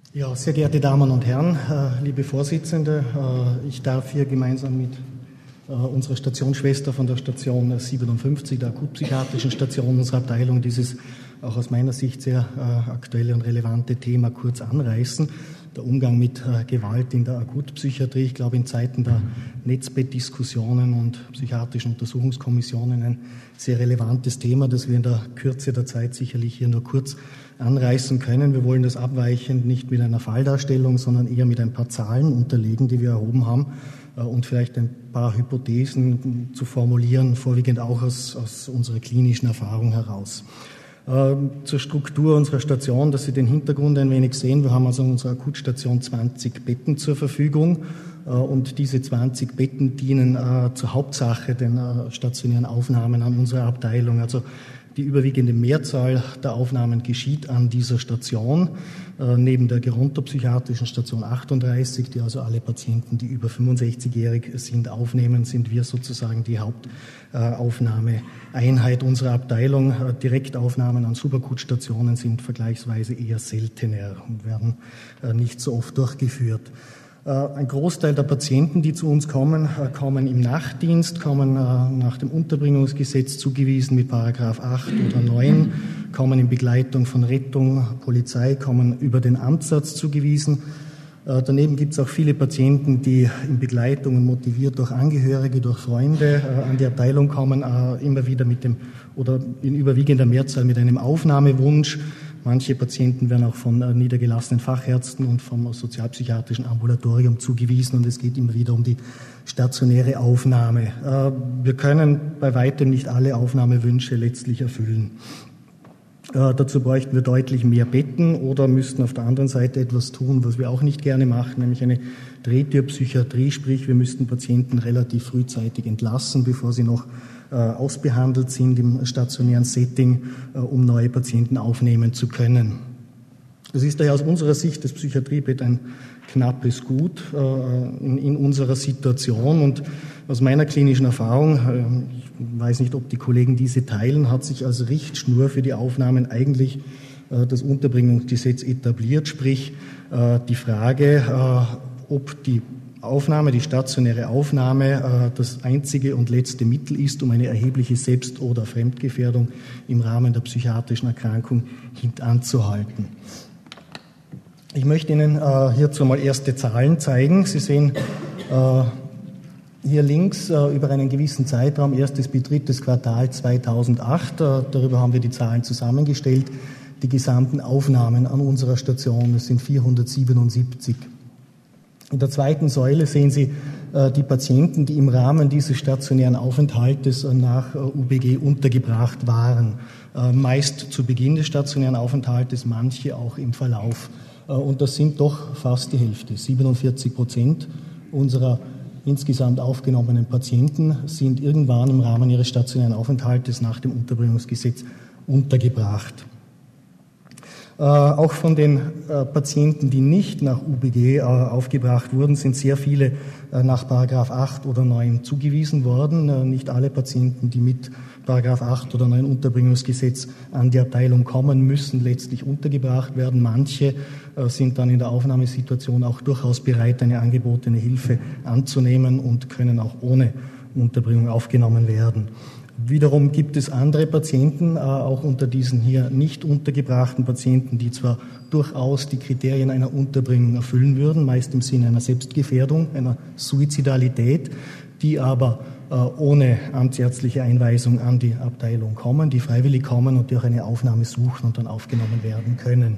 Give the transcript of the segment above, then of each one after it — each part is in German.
Ja, sehr geehrte Damen und Herren, liebe Vorsitzende, ich darf hier gemeinsam mit unserer Stationsschwester von der Station 57, der akutpsychiatrischen Station unserer Abteilung, dieses auch aus meiner Sicht sehr aktuelle und relevante Thema kurz anreißen. Der Umgang mit Gewalt in der Akutpsychiatrie, ich glaube in Zeiten der Netzbettdiskussionen und psychiatrischen Untersuchungskommissionen ein sehr relevantes Thema, das wir in der Kürze der Zeit sicherlich hier nur kurz anreißen können. Wir wollen das abweichend nicht mit einer Falldarstellung, sondern eher mit ein paar Zahlen unterlegen, die wir erhoben haben und vielleicht ein paar Hypothesen zu formulieren, vorwiegend auch aus unserer klinischen Erfahrung heraus. Zur Struktur unserer Station, dass Sie den Hintergrund ein wenig sehen. Wir haben also in unserer Akutstation 20 Betten zur Verfügung und diese 20 Betten dienen zur Hauptsache den stationären Aufnahmen an unserer Abteilung. Also die überwiegende Mehrzahl der Aufnahmen geschieht an dieser Station, neben der gerontopsychiatrischen Station 38, die also alle Patienten, die über 65-jährig sind, aufnehmen, sind wir sozusagen die Hauptaufnahmeeinheit unserer Abteilung. Direktaufnahmen an Subakutstationen sind vergleichsweise eher seltener und werden nicht so oft durchgeführt. Ein Großteil der Patienten, die zu uns kommen, kommen im Nachtdienst, kommen nach dem Unterbringungsgesetz zugewiesen mit Paragraph 8 oder 9, kommen in Begleitung von Rettung, Polizei, kommen über den Amtsarzt zugewiesen. Daneben gibt es auch viele Patienten, die in Begleitung und motiviert durch Angehörige, durch Freunde an die Abteilung kommen, immer wieder mit dem oder in überwiegender Mehrzahl mit einem Aufnahmewunsch. Manche Patienten werden auch von niedergelassenen Fachärzten und vom sozialpsychiatrischen Ambulatorium zugewiesen und es geht immer wieder um die stationäre Aufnahme. Wir können bei weitem nicht alle Aufnahmewünsche letztlich erfüllen. Dazu bräuchten wir deutlich mehr Betten oder müssten auf der anderen Seite etwas tun, was wir auch nicht gerne machen, nämlich eine Drehtürpsychiatrie, sprich wir müssten Patienten relativ frühzeitig entlassen, bevor sie noch ausbehandelt sind im stationären Setting, um neue Patienten aufnehmen zu können. Es ist daher aus unserer Sicht das Psychiatriebett ein knappes Gut in unserer Situation und aus meiner klinischen Erfahrung, ich weiß nicht, ob die Kollegen diese teilen, hat sich als Richtschnur für die Aufnahmen eigentlich das Unterbringungsgesetz etabliert, sprich die Frage, ob die Aufnahme, die stationäre Aufnahme, das einzige und letzte Mittel ist, um eine erhebliche Selbst- oder Fremdgefährdung im Rahmen der psychiatrischen Erkrankung hintanzuhalten. Ich möchte Ihnen hierzu mal erste Zahlen zeigen. Sie sehen hier links über einen gewissen Zeitraum, erstes bis drittes Quartal 2008, darüber haben wir die Zahlen zusammengestellt, die gesamten Aufnahmen an unserer Station, das sind 477. In der zweiten Säule sehen Sie die Patienten, die im Rahmen dieses stationären Aufenthaltes nach UBG untergebracht waren. Meist zu Beginn des stationären Aufenthaltes, manche auch im Verlauf. Und das sind doch fast die Hälfte. 47% unserer insgesamt aufgenommenen Patienten sind irgendwann im Rahmen ihres stationären Aufenthaltes nach dem Unterbringungsgesetz untergebracht. Auch von den Patienten, die nicht nach UBG aufgebracht wurden, sind sehr viele nach Paragraph 8 oder 9 zugewiesen worden. Nicht alle Patienten, die mit Paragraph 8 oder 9 Unterbringungsgesetz an die Abteilung kommen, müssen letztlich untergebracht werden. Manche sind dann in der Aufnahmesituation auch durchaus bereit, eine angebotene Hilfe anzunehmen und können auch ohne Unterbringung aufgenommen werden. Wiederum gibt es andere Patienten, auch unter diesen hier nicht untergebrachten Patienten, die zwar durchaus die Kriterien einer Unterbringung erfüllen würden, meist im Sinne einer Selbstgefährdung, einer Suizidalität, die aber ohne amtsärztliche Einweisung an die Abteilung kommen, die freiwillig kommen und die auch eine Aufnahme suchen und dann aufgenommen werden können.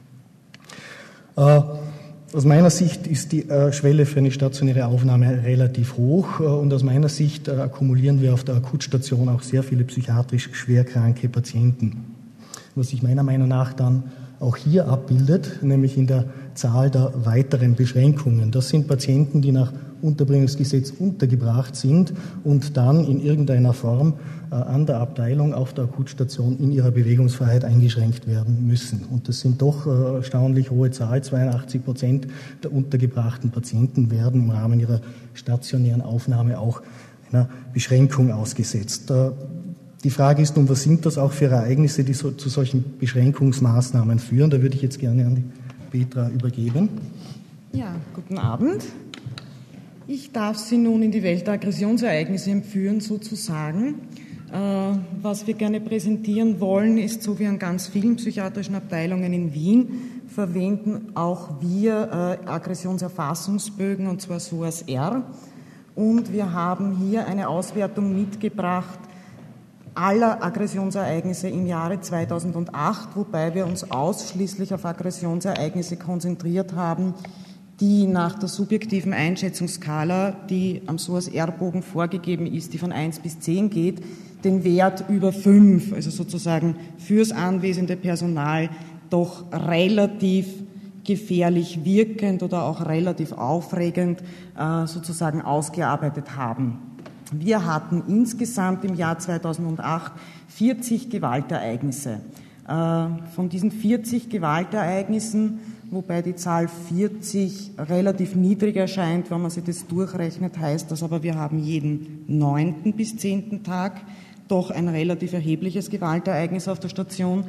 Aus meiner Sicht ist die Schwelle für eine stationäre Aufnahme relativ hoch und aus meiner Sicht akkumulieren wir auf der Akutstation auch sehr viele psychiatrisch schwerkranke Patienten. Was sich meiner Meinung nach dann auch hier abbildet, nämlich in der Zahl der weiteren Beschränkungen. Das sind Patienten, die nach Unterbringungsgesetz untergebracht sind und dann in irgendeiner Form an der Abteilung auf der Akutstation in ihrer Bewegungsfreiheit eingeschränkt werden müssen. Und das sind doch erstaunlich hohe Zahl. 82% der untergebrachten Patienten werden im Rahmen ihrer stationären Aufnahme auch einer Beschränkung ausgesetzt. Die Frage ist nun, was sind das auch für Ereignisse, die zu solchen Beschränkungsmaßnahmen führen? Da würde ich jetzt gerne an die Petra übergeben. Ja, guten Abend. Ich darf Sie nun in die Welt der Aggressionsereignisse entführen, sozusagen. Was wir gerne präsentieren wollen, ist, so wie an ganz vielen psychiatrischen Abteilungen in Wien, verwenden auch wir Aggressionserfassungsbögen, und zwar SOAS-R. Und wir haben hier eine Auswertung mitgebracht aller Aggressionsereignisse im Jahre 2008, wobei wir uns ausschließlich auf Aggressionsereignisse konzentriert haben, die nach der subjektiven Einschätzungsskala, die am SOAS-R-Bogen vorgegeben ist, die von 1 bis 10 geht, den Wert über 5, also sozusagen fürs anwesende Personal doch relativ gefährlich wirkend oder auch relativ aufregend sozusagen ausgearbeitet haben. Wir hatten insgesamt im Jahr 2008 40 Gewaltereignisse. Von diesen 40 Gewaltereignissen, wobei die Zahl 40 relativ niedrig erscheint, wenn man sich das durchrechnet, heißt das aber, wir haben jeden 9. bis 10. Tag doch ein relativ erhebliches Gewaltereignis auf der Station.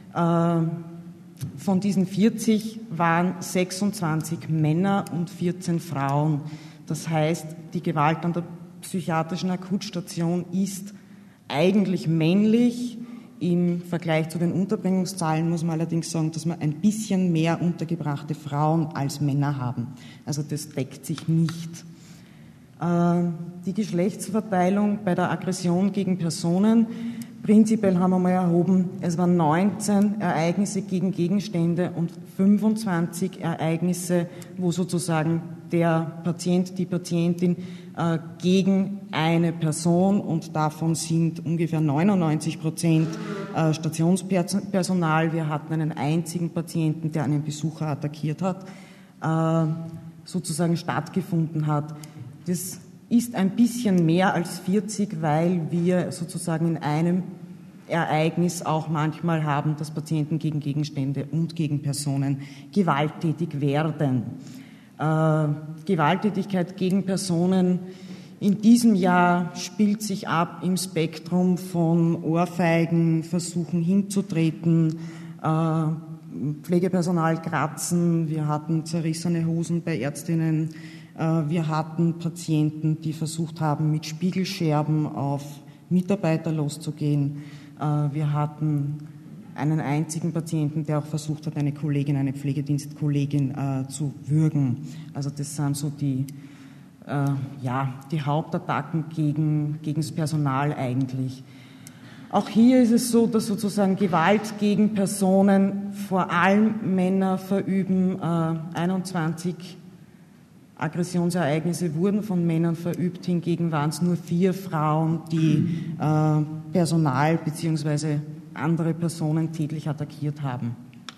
Von diesen 40 waren 26 Männer und 14 Frauen. Das heißt, die Gewalt an der psychiatrischen Akutstation ist eigentlich männlich. Im Vergleich zu den Unterbringungszahlen muss man allerdings sagen, dass wir ein bisschen mehr untergebrachte Frauen als Männer haben. Also das deckt sich nicht. Die Geschlechtsverteilung bei der Aggression gegen Personen, prinzipiell haben wir mal erhoben, es waren 19 Ereignisse gegen Gegenstände und 25 Ereignisse, wo sozusagen der Patient, die Patientin gegen eine Person, und davon sind ungefähr 99% Stationspersonal. Wir hatten einen einzigen Patienten, der einen Besucher attackiert hat, sozusagen stattgefunden hat. Das ist ein bisschen mehr als 40, weil wir sozusagen in einem Ereignis auch manchmal haben, dass Patienten gegen Gegenstände und gegen Personen gewalttätig werden. Gewalttätigkeit gegen Personen in diesem Jahr spielt sich ab im Spektrum von Ohrfeigen, Versuchen hinzutreten, Pflegepersonal kratzen, wir hatten zerrissene Hosen bei Ärztinnen, wir hatten Patienten, die versucht haben, mit Spiegelscherben auf Mitarbeiter loszugehen, wir hatten einen einzigen Patienten, der auch versucht hat, eine Kollegin, eine Pflegedienstkollegin zu würgen. Also das sind so die Hauptattacken gegen das Personal eigentlich. Auch hier ist es so, dass sozusagen Gewalt gegen Personen vor allem Männer verüben. 21 Aggressionsereignisse wurden von Männern verübt, hingegen waren es nur 4 Frauen, die Personal bzw. andere Personen tätlich attackiert haben.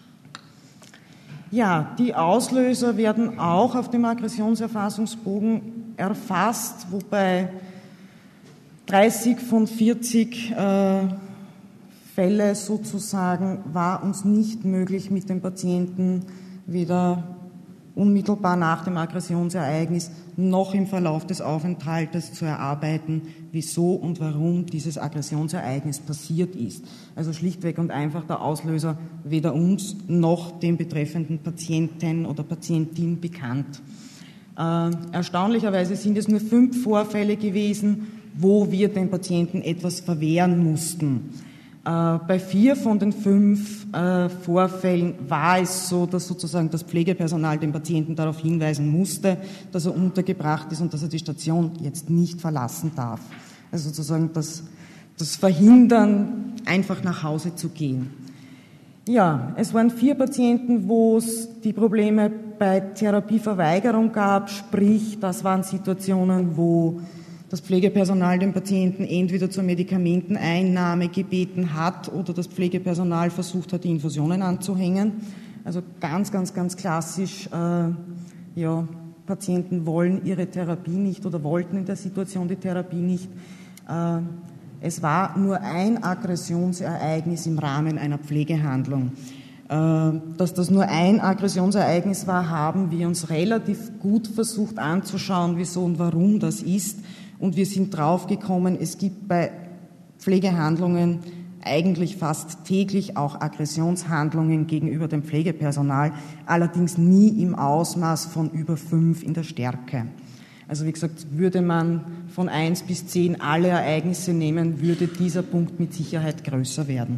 Ja, die Auslöser werden auch auf dem Aggressionserfassungsbogen erfasst, wobei 30 von 40 Fälle sozusagen war uns nicht möglich, mit dem Patienten weder unmittelbar nach dem Aggressionsereignis noch im Verlauf des Aufenthaltes zu erarbeiten, wieso und warum dieses Aggressionsereignis passiert ist. Also schlichtweg und einfach der Auslöser weder uns noch dem betreffenden Patienten oder Patientin bekannt. Erstaunlicherweise sind es nur 5 Vorfälle gewesen, wo wir den Patienten etwas verwehren mussten. Bei 4 von den 5 Vorfällen war es so, dass sozusagen das Pflegepersonal den Patienten darauf hinweisen musste, dass er untergebracht ist und dass er die Station jetzt nicht verlassen darf. Also sozusagen das Verhindern, einfach nach Hause zu gehen. Ja, es waren 4 Patienten, wo es die Probleme bei Therapieverweigerung gab, sprich, das waren Situationen, wo das Pflegepersonal den Patienten entweder zur Medikamenteneinnahme gebeten hat oder das Pflegepersonal versucht hat, die Infusionen anzuhängen. Also ganz klassisch, Patienten wollen ihre Therapie nicht oder wollten in der Situation die Therapie nicht. Es war nur ein Aggressionsereignis im Rahmen einer Pflegehandlung. Dass das nur ein Aggressionsereignis war, haben wir uns relativ gut versucht anzuschauen, wieso und warum das ist. Und wir sind draufgekommen, es gibt bei Pflegehandlungen eigentlich fast täglich auch Aggressionshandlungen gegenüber dem Pflegepersonal, allerdings nie im Ausmaß von über 5 in der Stärke. Also wie gesagt, würde man von 1 bis 10 alle Ereignisse nehmen, würde dieser Punkt mit Sicherheit größer werden.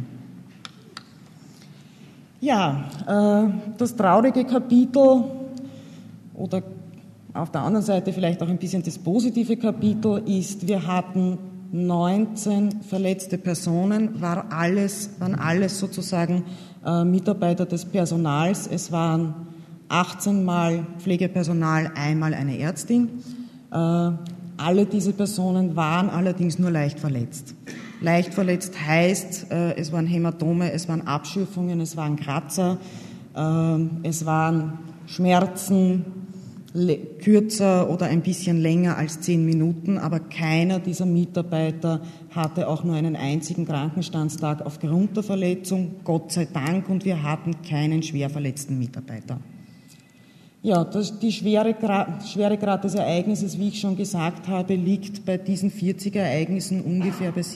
Ja, das traurige Kapitel oder auf der anderen Seite vielleicht auch ein bisschen das positive Kapitel ist, wir hatten 19 verletzte Personen, waren alles sozusagen Mitarbeiter des Personals. Es waren 18 Mal Pflegepersonal, einmal eine Ärztin. Alle diese Personen waren allerdings nur leicht verletzt. Leicht verletzt heißt, es waren Hämatome, es waren Abschürfungen, es waren Kratzer, es waren Schmerzen, kürzer oder ein bisschen länger als 10 Minuten, aber keiner dieser Mitarbeiter hatte auch nur einen einzigen Krankenstandstag aufgrund der Verletzung, Gott sei Dank, und wir hatten keinen schwer verletzten Mitarbeiter. Ja, die Schweregrad des Ereignisses, wie ich schon gesagt habe, liegt bei diesen 40 Ereignissen ungefähr bei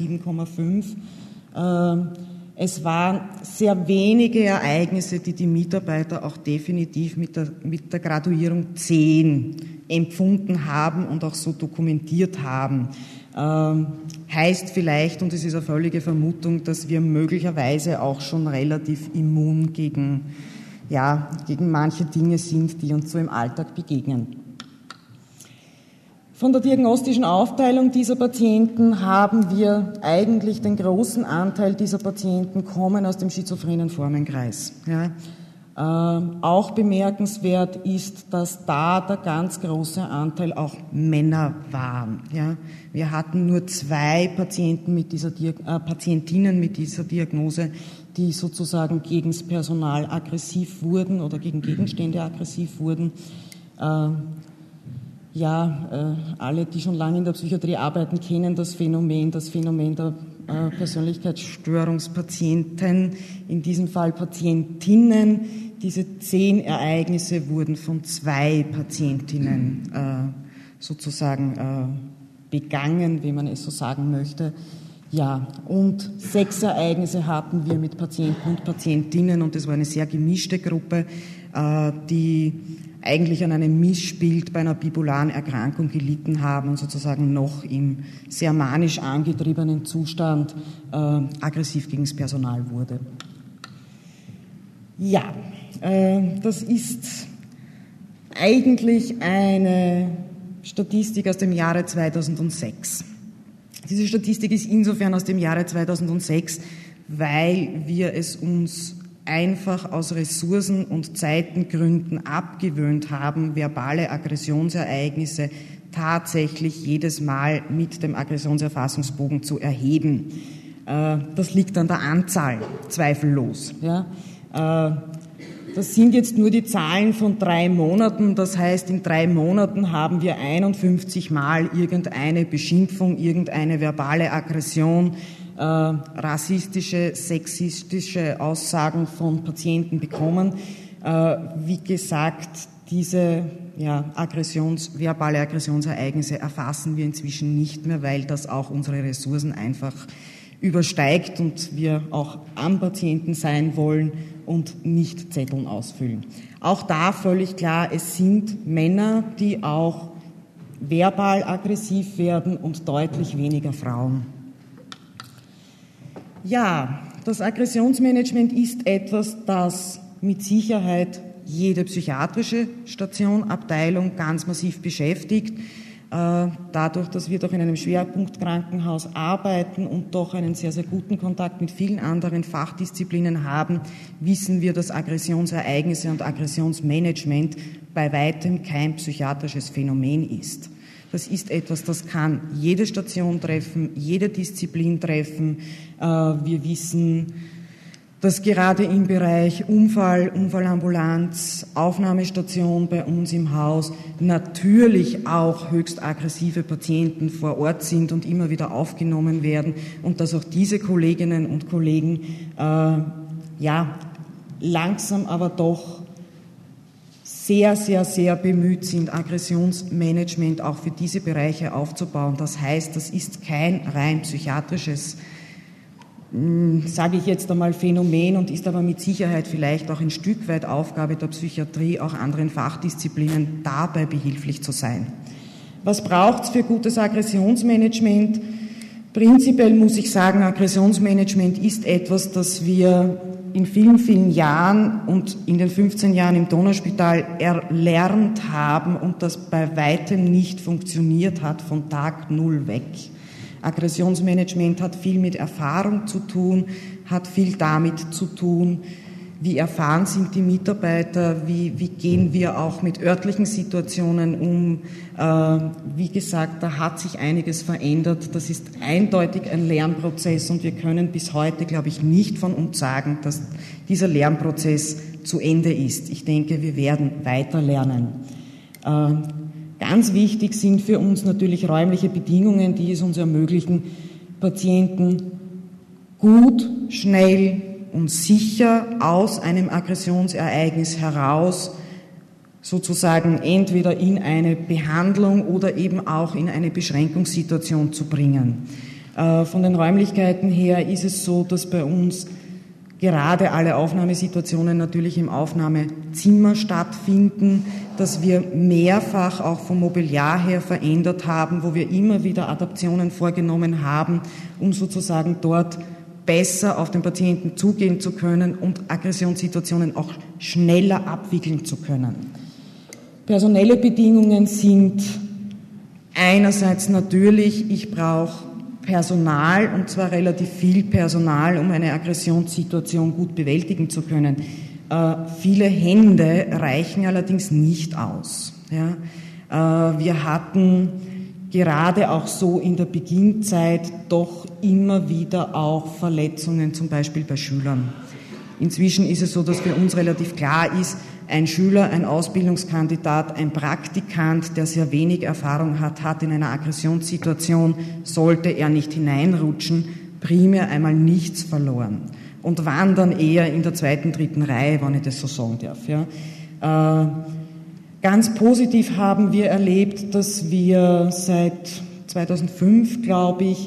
7,5. Es waren sehr wenige Ereignisse, die die Mitarbeiter auch definitiv mit der Graduierung 10 empfunden haben und auch so dokumentiert haben. Heißt vielleicht, und es ist eine völlige Vermutung, dass wir möglicherweise auch schon relativ immun gegen manche Dinge sind, die uns so im Alltag begegnen. Von der diagnostischen Aufteilung dieser Patienten haben wir eigentlich den großen Anteil dieser Patienten kommen aus dem schizophrenen Formenkreis. Ja. Auch bemerkenswert ist, dass da der ganz große Anteil auch Männer waren. Ja. Wir hatten nur 2 Patientinnen mit dieser Diagnose, die sozusagen gegen das Personal aggressiv wurden oder gegen Gegenstände aggressiv wurden. Alle, die schon lange in der Psychiatrie arbeiten, kennen das Phänomen der Persönlichkeitsstörungspatienten, in diesem Fall Patientinnen. Diese 10 Ereignisse wurden von 2 Patientinnen begangen, wenn man es so sagen möchte. Ja, und 6 Ereignisse hatten wir mit Patienten und Patientinnen, und es war eine sehr gemischte Gruppe, die eigentlich an einem Missbild bei einer bipolaren Erkrankung gelitten haben und sozusagen noch im sehr manisch angetriebenen Zustand aggressiv gegen das Personal wurde. Ja, das ist eigentlich eine Statistik aus dem Jahre 2006. Diese Statistik ist insofern aus dem Jahre 2006, weil wir es uns einfach aus Ressourcen- und Zeitengründen abgewöhnt haben, verbale Aggressionsereignisse tatsächlich jedes Mal mit dem Aggressionserfassungsbogen zu erheben. Das liegt an der Anzahl, zweifellos. Ja. Das sind jetzt nur die Zahlen von 3 Monaten. Das heißt, in 3 Monaten haben wir 51 Mal irgendeine Beschimpfung, irgendeine verbale Aggression, rassistische, sexistische Aussagen von Patienten bekommen. Wie gesagt, diese verbale Aggressionsereignisse erfassen wir inzwischen nicht mehr, weil das auch unsere Ressourcen einfach übersteigt und wir auch am Patienten sein wollen und nicht Zetteln ausfüllen. Auch da völlig klar, es sind Männer, die auch verbal aggressiv werden und deutlich weniger Frauen. Ja, das Aggressionsmanagement ist etwas, das mit Sicherheit jede psychiatrische Station, Abteilung ganz massiv beschäftigt. Dadurch, dass wir doch in einem Schwerpunktkrankenhaus arbeiten und doch einen sehr, sehr guten Kontakt mit vielen anderen Fachdisziplinen haben, wissen wir, dass Aggressionsereignisse und Aggressionsmanagement bei weitem kein psychiatrisches Phänomen ist. Das ist etwas, das kann jede Station treffen, jede Disziplin treffen. Wir wissen, dass gerade im Bereich Unfallambulanz, Aufnahmestation bei uns im Haus natürlich auch höchst aggressive Patienten vor Ort sind und immer wieder aufgenommen werden und dass auch diese Kolleginnen und Kollegen langsam aber doch sehr, sehr, sehr bemüht sind, Aggressionsmanagement auch für diese Bereiche aufzubauen. Das heißt, das ist kein rein psychiatrisches sage ich jetzt einmal, Phänomen und ist aber mit Sicherheit vielleicht auch ein Stück weit Aufgabe der Psychiatrie, auch anderen Fachdisziplinen dabei behilflich zu sein. Was braucht es für gutes Aggressionsmanagement? Prinzipiell muss ich sagen, Aggressionsmanagement ist etwas, das wir in vielen, vielen Jahren und in den 15 Jahren im Donauspital erlernt haben und das bei weitem nicht funktioniert hat von Tag 0 weg. Aggressionsmanagement hat viel mit Erfahrung zu tun, hat viel damit zu tun, wie erfahren sind die Mitarbeiter, wie gehen wir auch mit örtlichen Situationen um. Wie gesagt, da hat sich einiges verändert. Das ist eindeutig ein Lernprozess und wir können bis heute, glaube ich, nicht von uns sagen, dass dieser Lernprozess zu Ende ist. Ich denke, wir werden weiter lernen. Ganz wichtig sind für uns natürlich räumliche Bedingungen, die es uns ermöglichen, Patienten gut, schnell und sicher aus einem Aggressionsereignis heraus sozusagen entweder in eine Behandlung oder eben auch in eine Beschränkungssituation zu bringen. Von den Räumlichkeiten her ist es so, dass bei uns gerade alle Aufnahmesituationen natürlich im Aufnahmezimmer stattfinden, dass wir mehrfach auch vom Mobiliar her verändert haben, wo wir immer wieder Adaptionen vorgenommen haben, um sozusagen dort besser auf den Patienten zugehen zu können und Aggressionssituationen auch schneller abwickeln zu können. Personelle Bedingungen sind einerseits natürlich, ich brauche Personal, und zwar relativ viel Personal, um eine Aggressionssituation gut bewältigen zu können. Viele Hände reichen allerdings nicht aus. Ja. Wir hatten gerade auch so in der Beginnzeit doch immer wieder auch Verletzungen, zum Beispiel bei Schülern. Inzwischen ist es so, dass für uns relativ klar ist, ein Schüler, ein Ausbildungskandidat, ein Praktikant, der sehr wenig Erfahrung hat in einer Aggressionssituation, sollte er nicht hineinrutschen, primär einmal nichts verloren und wandern eher in der 2., 3. Reihe, wenn ich das so sagen darf. Ja. Ganz positiv haben wir erlebt, dass wir seit 2005, glaube ich,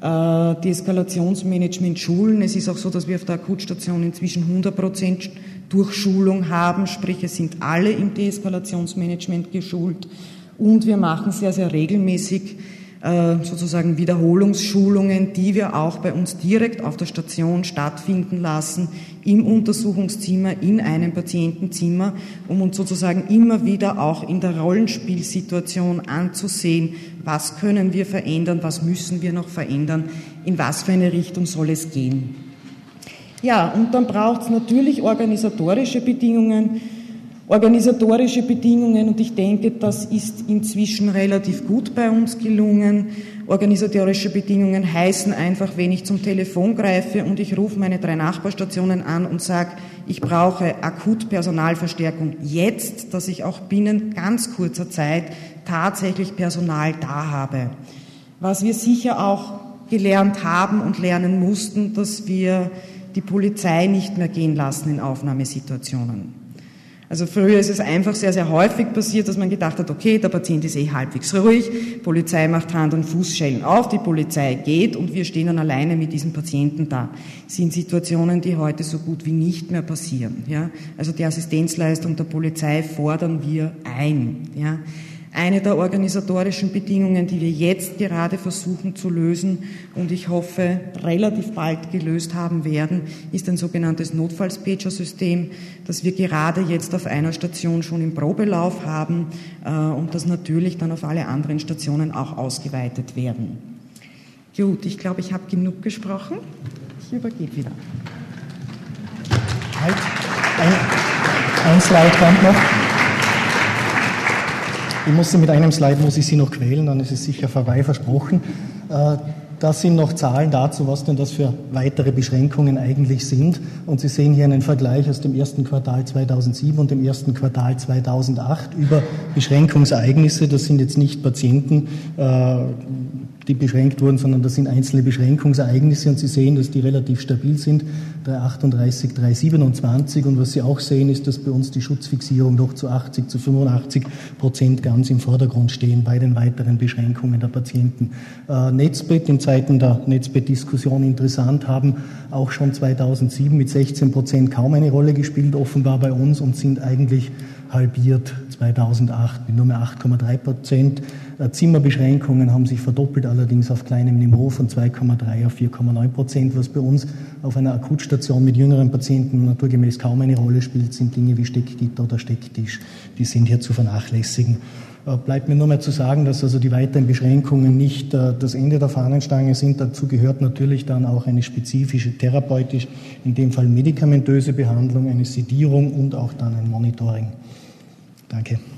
Deeskalationsmanagement schulen. Es ist auch so, dass wir auf der Akutstation inzwischen 100% Durchschulung haben, sprich es sind alle im Deeskalationsmanagement geschult und wir machen sehr, sehr regelmäßig sozusagen Wiederholungsschulungen, die wir auch bei uns direkt auf der Station stattfinden lassen, im Untersuchungszimmer, in einem Patientenzimmer, um uns sozusagen immer wieder auch in der Rollenspielsituation anzusehen, was können wir verändern, was müssen wir noch verändern, in was für eine Richtung soll es gehen. Ja, und dann braucht es natürlich organisatorische Bedingungen, und ich denke, das ist inzwischen relativ gut bei uns gelungen. Organisatorische Bedingungen heißen einfach, wenn ich zum Telefon greife und ich rufe meine 3 Nachbarstationen an und sage, ich brauche akut Personalverstärkung jetzt, dass ich auch binnen ganz kurzer Zeit tatsächlich Personal da habe. Was wir sicher auch gelernt haben und lernen mussten, dass wir die Polizei nicht mehr gehen lassen in Aufnahmesituationen. Also früher ist es einfach sehr, sehr häufig passiert, dass man gedacht hat, okay, der Patient ist halbwegs ruhig, Polizei macht Hand- und Fußschellen auf, die Polizei geht und wir stehen dann alleine mit diesem Patienten da. Das sind Situationen, die heute so gut wie nicht mehr passieren. Ja? Also die Assistenzleistung der Polizei fordern wir ein. Ja? Eine der organisatorischen Bedingungen, die wir jetzt gerade versuchen zu lösen und ich hoffe und bald gelöst haben werden, ist ein sogenanntes Notfallspager-System, das wir gerade jetzt auf einer Station schon im Probelauf haben und das natürlich dann auf alle anderen Stationen auch ausgeweitet werden. Gut, ich glaube, ich habe genug gesprochen. Ich übergebe wieder. Halt, ein Slide kommt noch. Mit einem Slide muss ich Sie noch quälen, dann ist es sicher vorbei, versprochen. Das sind noch Zahlen dazu, was denn das für weitere Beschränkungen eigentlich sind. Und Sie sehen hier einen Vergleich aus dem 1. Quartal 2007 und dem 1. Quartal 2008 über Beschränkungsereignisse. Das sind jetzt nicht Patienten, die beschränkt wurden, sondern das sind einzelne Beschränkungsereignisse und Sie sehen, dass die relativ stabil sind, 338, 327 und was Sie auch sehen, ist, dass bei uns die Schutzfixierung doch zu 80, zu 85% ganz im Vordergrund stehen bei den weiteren Beschränkungen der Patienten. Netzbett in Zeiten der Netzbettdiskussion interessant, haben auch schon 2007 mit 16% kaum eine Rolle gespielt, offenbar bei uns und sind eigentlich halbiert 2008 mit nur mehr 8,3%. Zimmerbeschränkungen haben sich verdoppelt, allerdings auf kleinem Niveau von 2,3 auf 4,9%. Was bei uns auf einer Akutstation mit jüngeren Patienten naturgemäß kaum eine Rolle spielt, sind Dinge wie Steckgitter oder Stecktisch. Die sind hier zu vernachlässigen. Bleibt mir nur mehr zu sagen, dass also die weiteren Beschränkungen nicht das Ende der Fahnenstange sind. Dazu gehört natürlich dann auch eine spezifische therapeutisch, in dem Fall medikamentöse Behandlung, eine Sedierung und auch dann ein Monitoring. Danke.